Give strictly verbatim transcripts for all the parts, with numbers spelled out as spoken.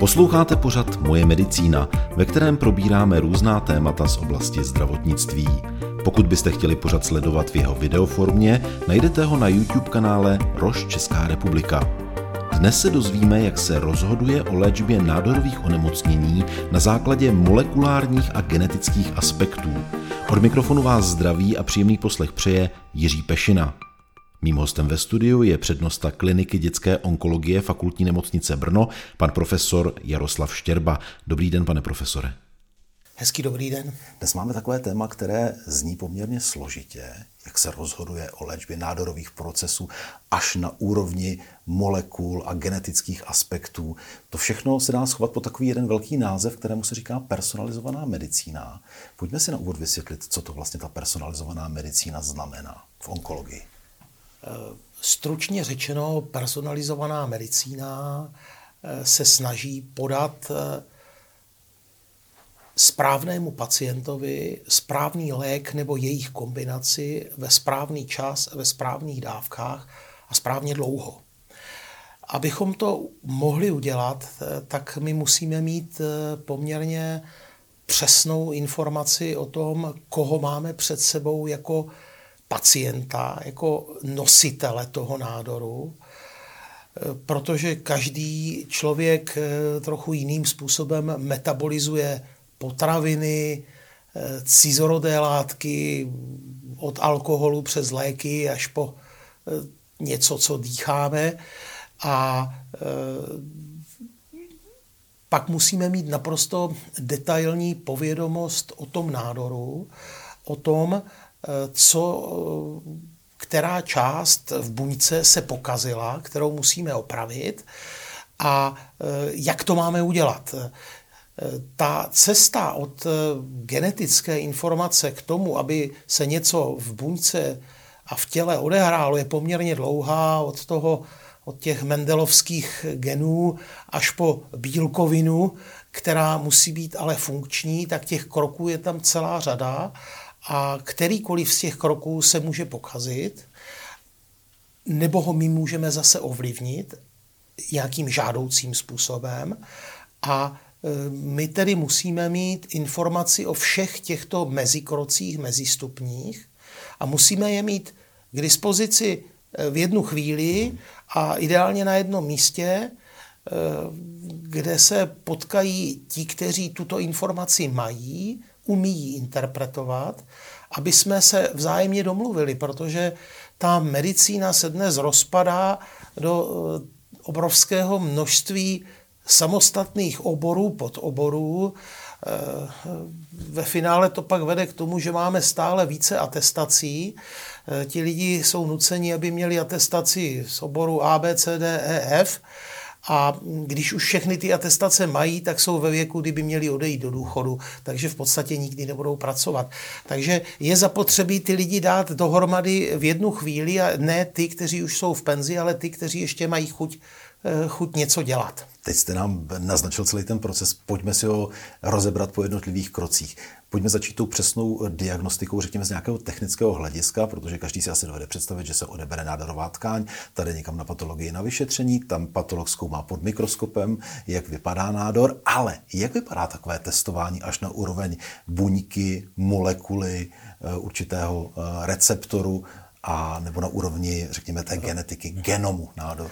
Posloucháte pořad Moje medicína, ve kterém probíráme různá témata z oblasti zdravotnictví. Pokud byste chtěli pořad sledovat v jeho videoformě, najdete ho na YouTube kanále Roche Česká republika. Dnes se dozvíme, jak se rozhoduje o léčbě nádorových onemocnění na základě molekulárních a genetických aspektů. Od mikrofonu vás zdraví a příjemný poslech přeje Jiří Pešina. Mým hostem ve studiu je přednosta kliniky dětské onkologie Fakultní nemocnice Brno, pan profesor Jaroslav Štěrba. Dobrý den, pane profesore. Hezký dobrý den. Dnes máme takové téma, které zní poměrně složitě, jak se rozhoduje o léčbě nádorových procesů až na úrovni molekul a genetických aspektů. To všechno se dá schovat pod takový jeden velký název, kterému se říká personalizovaná medicína. Pojďme si na úvod vysvětlit, co to vlastně ta personalizovaná medicína znamená v onkologii. Stručně řečeno, personalizovaná medicína se snaží podat správnému pacientovi správný lék nebo jejich kombinaci ve správný čas, ve správných dávkách a správně dlouho. Abychom to mohli udělat, tak my musíme mít poměrně přesnou informaci o tom, koho máme před sebou jako pacienta, jako nositele toho nádoru, protože každý člověk trochu jiným způsobem metabolizuje potraviny, cizorodé látky, od alkoholu přes léky až po něco, co dýcháme. A pak musíme mít naprosto detailní povědomost o tom nádoru, o tom, co, která část v buňce se pokazila, kterou musíme opravit a jak to máme udělat. Ta cesta od genetické informace k tomu, aby se něco v buňce a v těle odehrálo, je poměrně dlouhá, od toho, od těch mendelovských genů až po bílkovinu, která musí být ale funkční, tak těch kroků je tam celá řada. A kterýkoliv z těch kroků se může pokazit, nebo ho my můžeme zase ovlivnit nějakým žádoucím způsobem. A my tedy musíme mít informaci o všech těchto mezikrocích, mezistupních a musíme je mít k dispozici v jednu chvíli a ideálně na jednom místě, kde se potkají ti, kteří tuto informaci mají, umí ji interpretovat, aby jsme se vzájemně domluvili, protože ta medicína se dnes rozpadá do obrovského množství samostatných oborů, podoborů. Ve finále to pak vede k tomu, že máme stále více atestací. Ti lidi jsou nuceni, aby měli atestaci z oboru A, B, C, D, E, F. A když už všechny ty atestace mají, tak jsou ve věku, kdyby měli odejít do důchodu, takže v podstatě nikdy nebudou pracovat. Takže je zapotřebí ty lidi dát dohromady v jednu chvíli a ne ty, kteří už jsou v penzi, ale ty, kteří ještě mají chuť, chuť něco dělat. Teď jste nám naznačil celý ten proces, pojďme si ho rozebrat po jednotlivých krocích. Pojďme začít tou přesnou diagnostikou, řekněme z nějakého technického hlediska, protože každý si asi dovede představit, že se odebere nádorová tkáň, tady někam na patologii na vyšetření, tam patolog zkoumá pod mikroskopem, jak vypadá nádor, ale jak vypadá takové testování až na úroveň buňky, molekuly, určitého receptoru a nebo na úrovni, řekněme, té genetiky, genomu nádoru?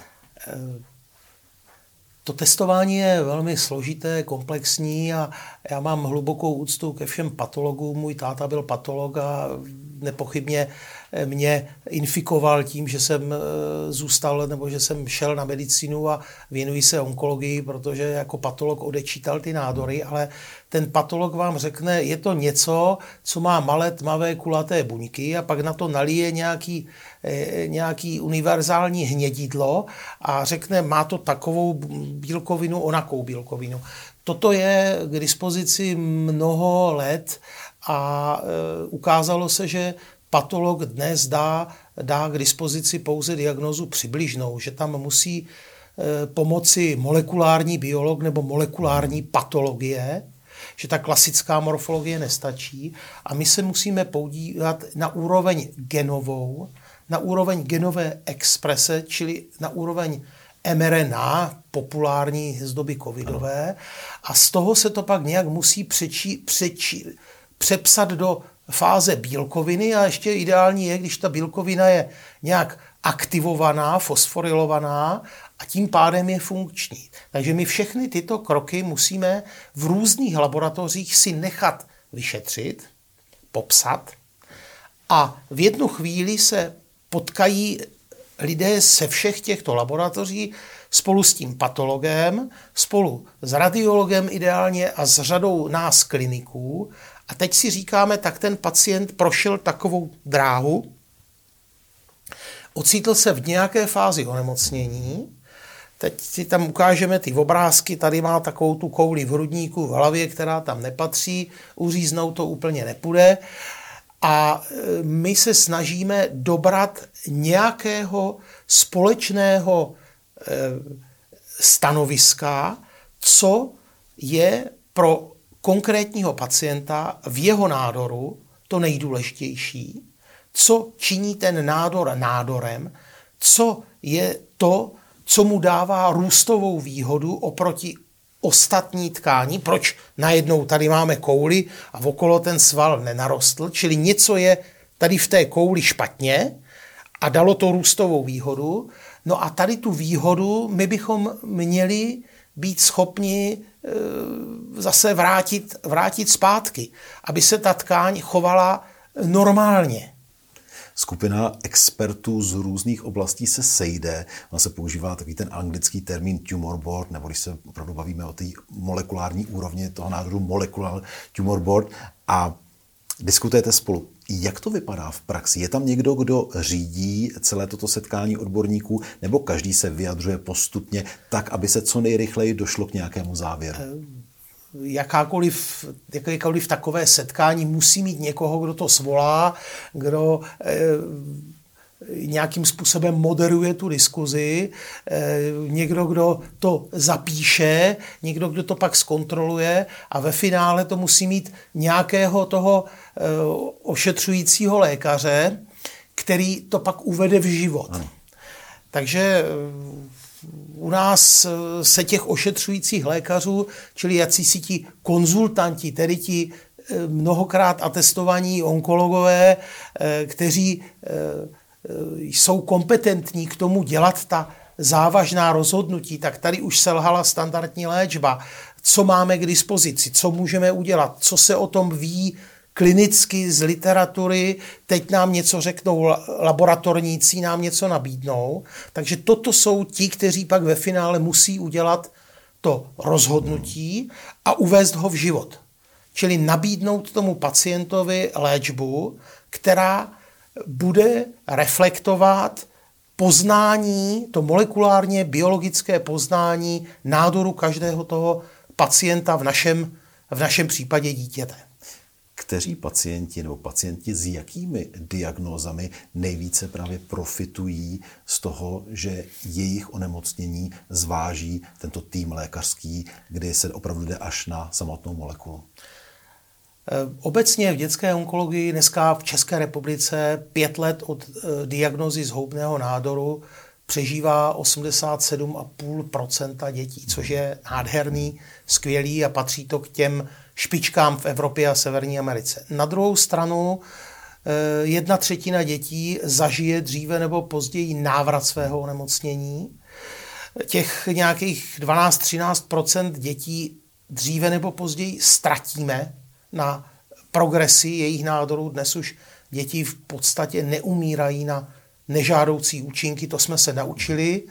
To testování je velmi složité, komplexní a já mám hlubokou úctu ke všem patologům. Můj táta byl patolog a nepochybně mě infikoval tím, že jsem zůstal nebo že jsem šel na medicínu a věnuji se onkologii, protože jako patolog odečítal ty nádory, ale ten patolog vám řekne, je to něco, co má malé tmavé kulaté buňky a pak na to nalije nějaký, nějaký univerzální hnědidlo a řekne, má to takovou bílkovinu, onakou bílkovinu. Toto je k dispozici mnoho let a ukázalo se, že patolog dnes dá, dá k dispozici pouze diagnózu přibližnou, že tam musí pomoci molekulární biolog nebo molekulární patologie, že ta klasická morfologie nestačí a my se musíme podívat na úroveň genovou, na úroveň genové exprese, čili na úroveň em er en á, populární z doby covidové, a z toho se to pak nějak musí přečí, přečí, přepsat do fáze bílkoviny a ještě ideální je, když ta bílkovina je nějak aktivovaná, fosforilovaná a tím pádem je funkční. Takže my všechny tyto kroky musíme v různých laboratořích si nechat vyšetřit, popsat a v jednu chvíli se potkají lidé ze všech těchto laboratoří spolu s tím patologem, spolu s radiologem ideálně a s řadou nás kliniků. A teď si říkáme, tak ten pacient prošel takovou dráhu, ocitl se v nějaké fázi onemocnění, teď si tam ukážeme ty obrázky, tady má takovou tu kouli v hrudníku v hlavě, která tam nepatří, uříznout to úplně nepůjde. A my se snažíme dobrat nějakého společného stanoviska, co je pro konkrétního pacienta v jeho nádoru to nejdůležitější, co činí ten nádor nádorem, co je to, co mu dává růstovou výhodu oproti ostatní tkání, proč najednou tady máme kouli a okolo ten sval nenarostl, čili něco je tady v té kouli špatně a dalo to růstovou výhodu. No a tady tu výhodu my bychom měli být schopni e, zase vrátit, vrátit zpátky, aby se ta tkáň chovala normálně. Skupina expertů z různých oblastí se sejde. Ona se používá takový ten anglický termín tumor board, nebo když se opravdu bavíme o té molekulární úrovni toho nádoru, molecular tumor board, a diskutujete spolu. Jak to vypadá v praxi? Je tam někdo, kdo řídí celé toto setkání odborníků, nebo každý se vyjadřuje postupně tak, aby se co nejrychleji došlo k nějakému závěru? Jakákoliv, jakékoliv takové setkání musí mít někoho, kdo to svolá, kdo eh, nějakým způsobem moderuje tu diskuzi, eh, někdo, kdo to zapíše, někdo, kdo to pak zkontroluje a ve finále to musí mít nějakého toho eh, ošetřujícího lékaře, který to pak uvede v život. Ano. Takže u nás se těch ošetřujících lékařů, čili jací si ti konzultanti, tedy ti mnohokrát atestovaní onkologové, kteří jsou kompetentní k tomu dělat ta závažná rozhodnutí, tak tady už selhala standardní léčba. Co máme k dispozici, co můžeme udělat, co se o tom ví klinicky z literatury, teď nám něco řeknou laboratorníci, nám něco nabídnou. Takže toto jsou ti, kteří pak ve finále musí udělat to rozhodnutí a uvést ho v život. Čili nabídnout tomu pacientovi léčbu, která bude reflektovat poznání, to molekulárně biologické poznání nádoru každého toho pacienta, v našem, v našem případě dítěte. Kteří pacienti nebo pacienti s jakými diagnózami nejvíce právě profitují z toho, že jejich onemocnění zváží tento tým lékařský, kdy se opravdu jde až na samotnou molekulu? Obecně v dětské onkologii dneska v České republice pět let od diagnózy zhoubného nádoru přežívá osmdesát sedm celá pět procenta dětí, což je nádherný, skvělý a patří to k těm špičkám v Evropě a Severní Americe. Na druhou stranu jedna třetina dětí zažije dříve nebo později návrat svého onemocnění. Těch nějakých dvanáct až třináct procent dětí dříve nebo později ztratíme na progresi jejich nádorů. Dnes už děti v podstatě neumírají na nežádoucí účinky, to jsme se naučili.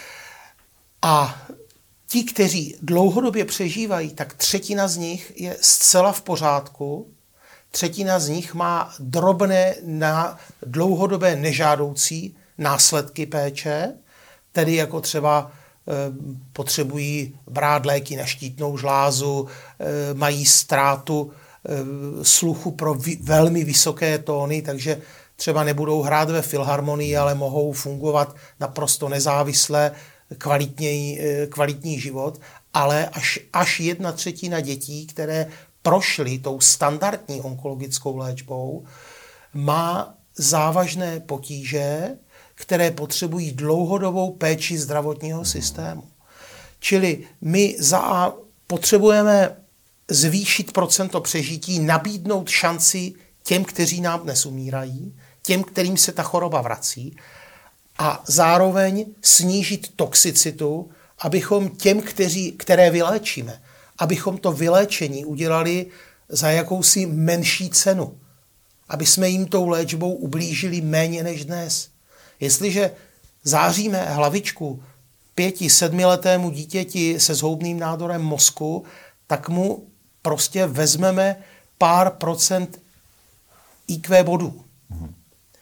A ti, kteří dlouhodobě přežívají, tak třetina z nich je zcela v pořádku, třetina z nich má drobné na dlouhodobé nežádoucí následky péče, tedy jako třeba e, potřebují brát léky na štítnou žlázu, e, mají ztrátu e, sluchu pro vy, velmi vysoké tóny, takže třeba nebudou hrát ve filharmonii, ale mohou fungovat naprosto nezávisle, kvalitní, kvalitní život, ale až, až jedna třetina dětí, které prošly tou standardní onkologickou léčbou, má závažné potíže, které potřebují dlouhodobou péči zdravotního systému. Čili my za A potřebujeme zvýšit procento přežití, nabídnout šanci těm, kteří nám dnes umírají, těm, kterým se ta choroba vrací, a zároveň snížit toxicitu, abychom těm, kteří, které vyléčíme, abychom to vyléčení udělali za jakousi menší cenu, aby jsme jim tou léčbou ublížili méně než dnes. Jestliže záříme hlavičku pěti, sedmiletému dítěti se zhoubným nádorem mozku, tak mu prostě vezmeme pár procent í kvé bodů. Mhm.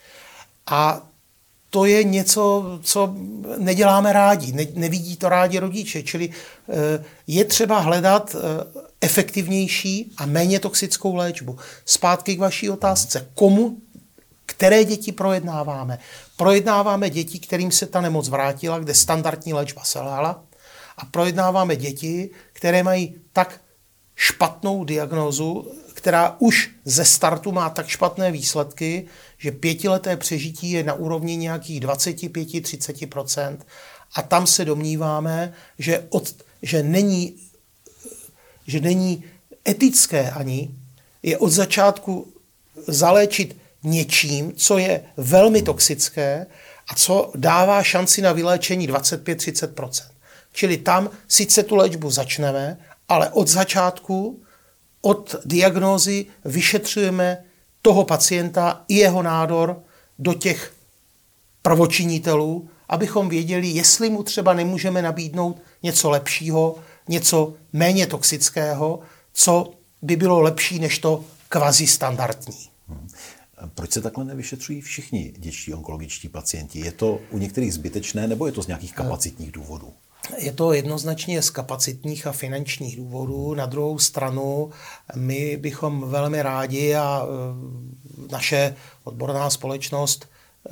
A to je něco, co neděláme rádi, ne, nevidí to rádi rodiče, čili je třeba hledat efektivnější a méně toxickou léčbu. Zpátky k vaší otázce, komu, které děti projednáváme? Projednáváme děti, kterým se ta nemoc vrátila, kde standardní léčba selhala, a projednáváme děti, které mají tak špatnou diagnózu, která už ze startu má tak špatné výsledky, že pětileté přežití je na úrovni nějakých dvacet pět až třicet procent, a tam se domníváme, že, od, že, není, že není etické ani je od začátku zaléčit něčím, co je velmi toxické a co dává šanci na vyléčení dvacet pět až třicet procent. Čili tam sice tu léčbu začneme, ale od začátku, od diagnózy vyšetřujeme toho pacienta i jeho nádor do těch prvočinitelů, abychom věděli, jestli mu třeba nemůžeme nabídnout něco lepšího, něco méně toxického, co by bylo lepší než to kvazi standardní. Hmm. Proč se takhle nevyšetřují všichni dětští onkologičtí pacienti? Je to u některých zbytečné, nebo je to z nějakých kapacitních důvodů? Je to jednoznačně z kapacitních a finančních důvodů. Na druhou stranu my bychom velmi rádi, a naše odborná společnost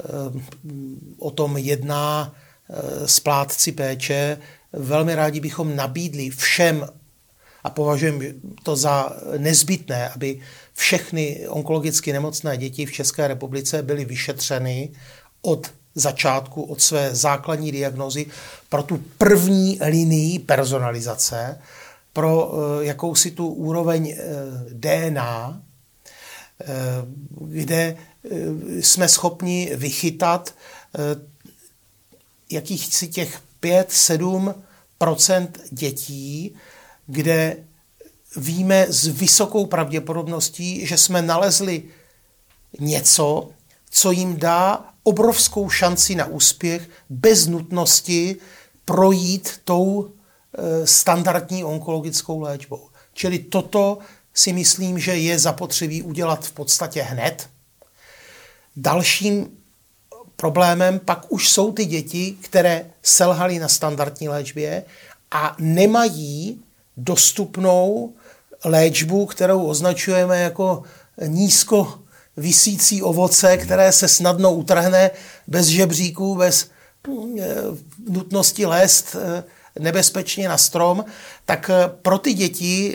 o tom jedná s plátci péče, velmi rádi bychom nabídli všem, a považujeme to za nezbytné, aby všechny onkologicky nemocné děti v České republice byly vyšetřeny od začátku, od své základní diagnózy, pro tu první linii personalizace, pro jakousi tu úroveň D N A, kde jsme schopni vychytat jakýchsi těch pět až sedm procent dětí, kde víme s vysokou pravděpodobností, že jsme nalezli něco, co jim dá obrovskou šanci na úspěch bez nutnosti projít tou standardní onkologickou léčbou. Čili toto si myslím, že je zapotřebí udělat v podstatě hned. Dalším problémem pak už jsou ty děti, které selhaly na standardní léčbě a nemají dostupnou léčbu, kterou označujeme jako nízko visící ovoce, které se snadno utrhne bez žebříků, bez nutnosti lézt nebezpečně na strom, tak pro ty děti,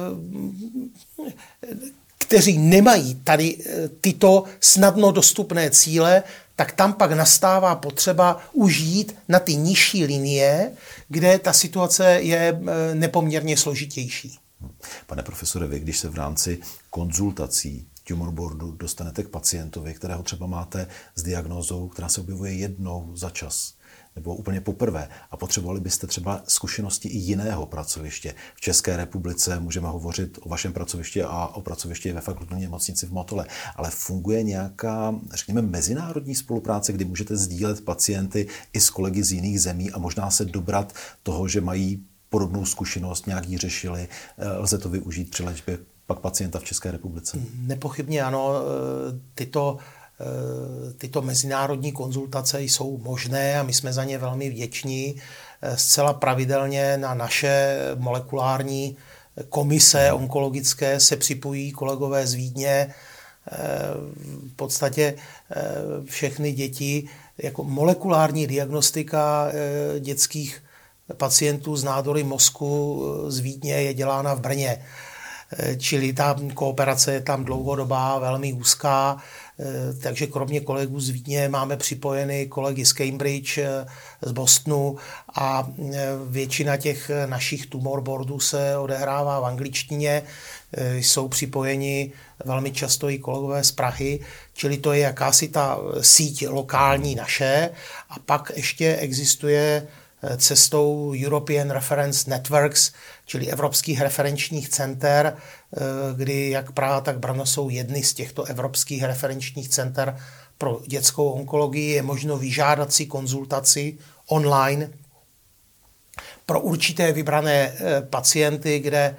kteří nemají tady tyto snadno dostupné cíle, tak tam pak nastává potřeba už jít na ty nižší linie, kde ta situace je nepoměrně složitější. Pane profesore, vy, když se v rámci konzultací tumor boardu dostanete k pacientovi, kterého třeba máte s diagnózou, která se objevuje jednou za čas, nebo úplně poprvé, a potřebovali byste třeba zkušenosti i jiného pracoviště. V České republice můžeme hovořit o vašem pracovišti a o pracovišti ve fakultní nemocnici v Motole, ale funguje nějaká, řekněme, mezinárodní spolupráce, kdy můžete sdílet pacienty i s kolegy z jiných zemí a možná se dobrat toho, že mají podobnou zkušenost, nějak ji řešili, lze to využít při léčbě pak pacienta v České republice? Nepochybně ano, tyto Tyto mezinárodní konzultace jsou možné a my jsme za ně velmi vděční. Zcela pravidelně na naše molekulární komise onkologické se připojí kolegové z Vídně. V podstatě všechny děti, jako molekulární diagnostika dětských pacientů s nádory mozku z Vídně je dělána v Brně. čili ta kooperace je tam dlouhodobá, velmi úzká, takže kromě kolegů z Vídně máme připojeny kolegy z Cambridge, z Bostonu a většina těch našich tumor boardů se odehrává v angličtině, jsou připojeni velmi často i kolegové z Prahy, čili to je jakási ta síť lokální naše a pak ještě existuje cestou European Reference Networks, čili evropských referenčních center, kdy jak Praha, tak Brno jsou jedny z těchto evropských referenčních center pro dětskou onkologii. Je možno vyžádat si konzultaci online pro určité vybrané pacienty, kde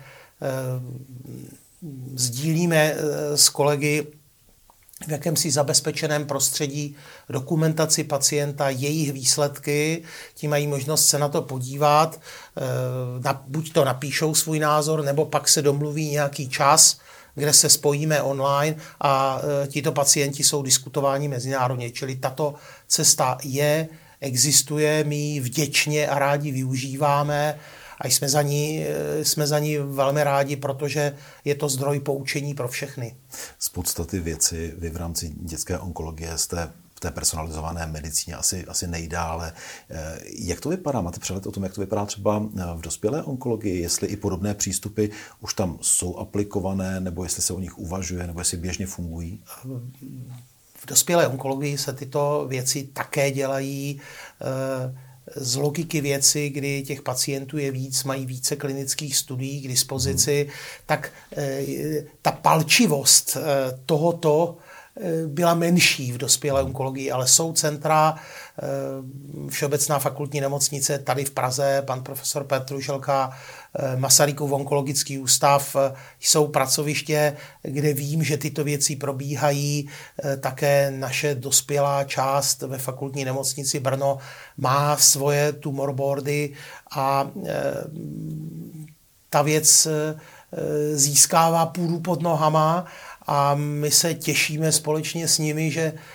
sdílíme s kolegy v jakémsi zabezpečeném prostředí dokumentaci pacienta, jejich výsledky, ti mají možnost se na to podívat, buď to napíšou svůj názor, nebo pak se domluví nějaký čas, kde se spojíme online a tito pacienti jsou diskutováni mezinárodně. Čili tato cesta je, existuje, my ji vděčně a rádi využíváme a jsme za ní, jsme za ní velmi rádi, protože je to zdroj poučení pro všechny. Z podstaty věci vy v rámci dětské onkologie jste v té personalizované medicíně asi, asi nejdále. Jak to vypadá? Máte přehled o tom, jak to vypadá třeba v dospělé onkologii? Jestli i podobné přístupy už tam jsou aplikované, nebo jestli se o nich uvažuje, nebo jestli běžně fungují? V dospělé onkologii se tyto věci také dělají. Z logiky věci, kdy těch pacientů je víc, mají více klinických studií k dispozici, hmm. tak e, ta palčivost e, tohoto e, byla menší v dospělé onkologii, ale jsou centra, e, Všeobecná fakultní nemocnice tady v Praze, pan profesor Petrušelka, e, Masarykův onkologický ústav, e, jsou pracoviště, kde vím, že tyto věci probíhají. E, také naše dospělá část ve fakultní nemocnici Brno má svoje tumor boardy a e, ta věc e, získává půdu pod nohama a my se těšíme společně s nimi, že e,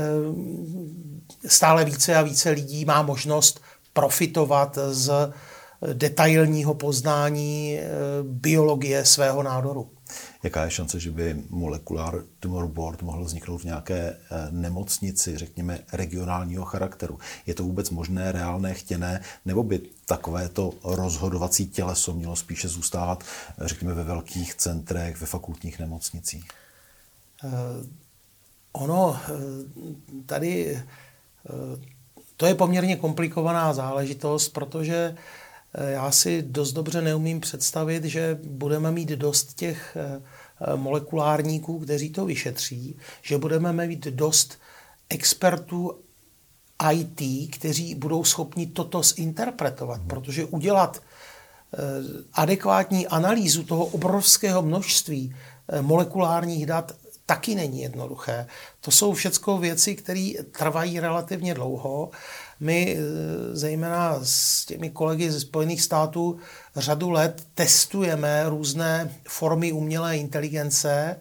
stále více a více lidí má možnost profitovat z detailního poznání e, biologie svého nádoru. Jaká je šance, že by Molecular Tumor Board mohl vzniknout v nějaké nemocnici, řekněme, regionálního charakteru? Je to vůbec možné, reálné, chtěné, nebo by takovéto rozhodovací těleso mělo spíše zůstávat, řekněme, ve velkých centrech, ve fakultních nemocnicích? Uh, ono, tady to je poměrně komplikovaná záležitost, protože já si dost dobře neumím představit, že budeme mít dost těch molekulárníků, kteří to vyšetří, že budeme mít dost expertů í té, kteří budou schopni toto zinterpretovat, protože udělat adekvátní analýzu toho obrovského množství molekulárních dat taky není jednoduché. To jsou všechno věci, které trvají relativně dlouho. My zejména s těmi kolegy ze Spojených států řadu let testujeme různé formy umělé inteligence,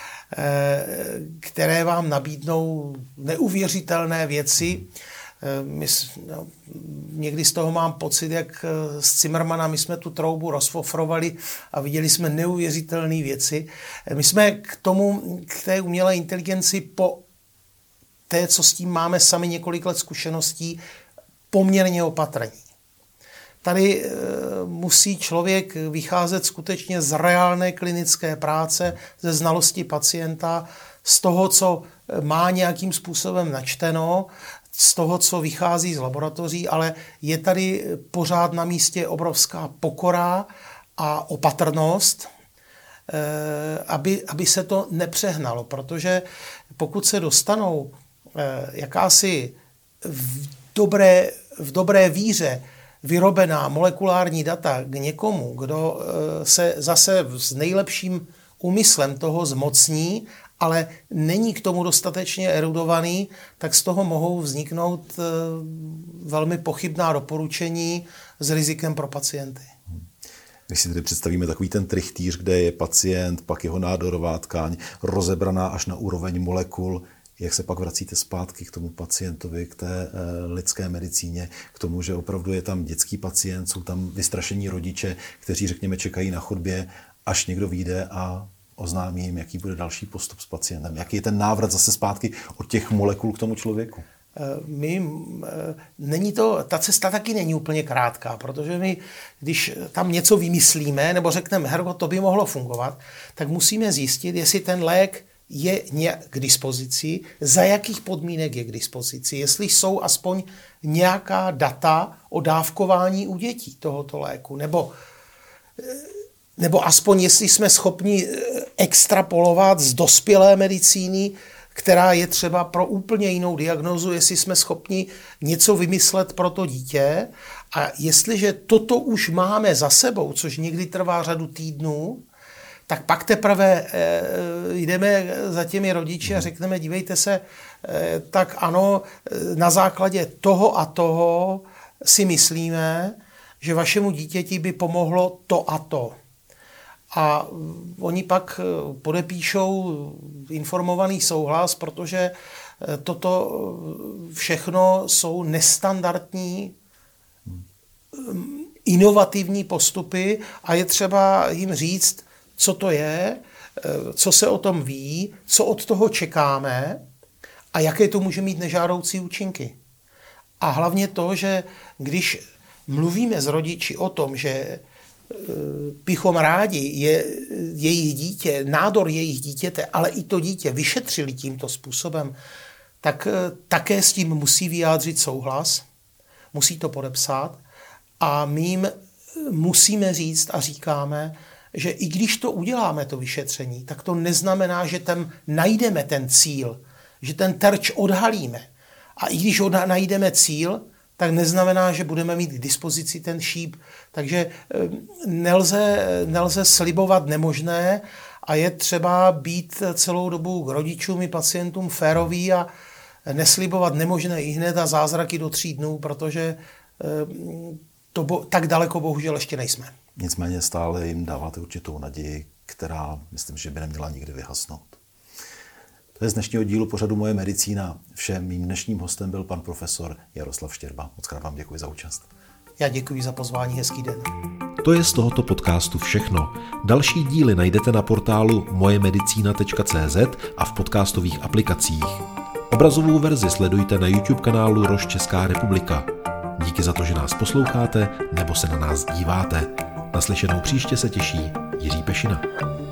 které vám nabídnou neuvěřitelné věci. My, no, někdy z toho mám pocit, jak z Zimmermana my jsme tu troubu rozfofrovali a viděli jsme neuvěřitelné věci. My jsme k tomu, k té umělé inteligenci po té, co s tím máme sami několik let zkušeností, poměrně opatrní. Tady e, musí člověk vycházet skutečně z reálné klinické práce, ze znalosti pacienta, z toho, co má nějakým způsobem načteno, z toho, co vychází z laboratoří, ale je tady pořád na místě obrovská pokora a opatrnost, e, aby, aby se to nepřehnalo, protože pokud se dostanou e, jakási v dobré, v dobré víře vyrobená molekulární data k někomu, kdo se zase s nejlepším úmyslem toho zmocní, ale není k tomu dostatečně erudovaný, tak z toho mohou vzniknout velmi pochybná doporučení s rizikem pro pacienty. Když si tedy představíme takový ten trichtýř, kde je pacient, pak jeho nádorová tkáň, rozebraná až na úroveň molekul, jak se pak vracíte zpátky k tomu pacientovi, k té e, lidské medicíně, k tomu, že opravdu je tam dětský pacient, jsou tam vystrašení rodiče, kteří, řekněme, čekají na chodbě až někdo vyjde a oznámí jim, jaký bude další postup s pacientem, jaký je ten návrat zase zpátky od těch molekul k tomu člověku. My, není to, ta cesta taky není úplně krátká, protože my, když tam něco vymyslíme nebo řekneme, Hergo, to by mohlo fungovat, tak musíme zjistit, jestli ten lék je k dispozici, za jakých podmínek je k dispozici, jestli jsou aspoň nějaká data o dávkování u dětí tohoto léku, nebo, nebo aspoň jestli jsme schopni extrapolovat z dospělé medicíny, která je třeba pro úplně jinou diagnózu, jestli jsme schopni něco vymyslet pro to dítě. A jestliže toto už máme za sebou, což někdy trvá řadu týdnů, tak pak teprve e, jdeme za těmi rodiči a řekneme, dívejte se, e, tak ano, na základě toho a toho si myslíme, že vašemu dítěti by pomohlo to a to. A oni pak podepíšou informovaný souhlas, protože toto všechno jsou nestandardní, inovativní postupy a je třeba jim říct, co to je, co se o tom ví, co od toho čekáme a jaké to může mít nežádoucí účinky. A hlavně to, že když mluvíme s rodiči o tom, že bychom rádi je jejich dítě, nádor jejich dítěte, ale i to dítě vyšetřili tímto způsobem, tak také s tím musí vyjádřit souhlas, musí to podepsat a my jim musíme říct a říkáme, že i když to uděláme, to vyšetření, tak to neznamená, že tam najdeme ten cíl, že ten terč odhalíme. A i když odha- najdeme cíl, tak neznamená, že budeme mít k dispozici ten šíp. Takže nelze, nelze slibovat nemožné a je třeba být celou dobu k rodičům i pacientům férový a neslibovat nemožné i hned a zázraky do tří dnů, protože to bo, tak daleko bohužel ještě nejsme. Nicméně stále jim dáváte určitou naději, která myslím, že by neměla nikdy vyhasnout. To je z dnešního dílu pořadu Moje medicína. Všem mým dnešním hostem byl pan profesor Jaroslav Štěrba. Mockrát vám děkuji za účast. Já děkuji za pozvání, hezký den. To je z tohoto podcastu všechno. Další díly najdete na portálu moje medicína tečka cé zet a v podcastových aplikacích. Obrazovou verzi sledujte na YouTube kanálu Roš Česká republika. Díky za to, že nás posloucháte nebo se na nás díváte. Naslyšenou příště se těší Jiří Pešina.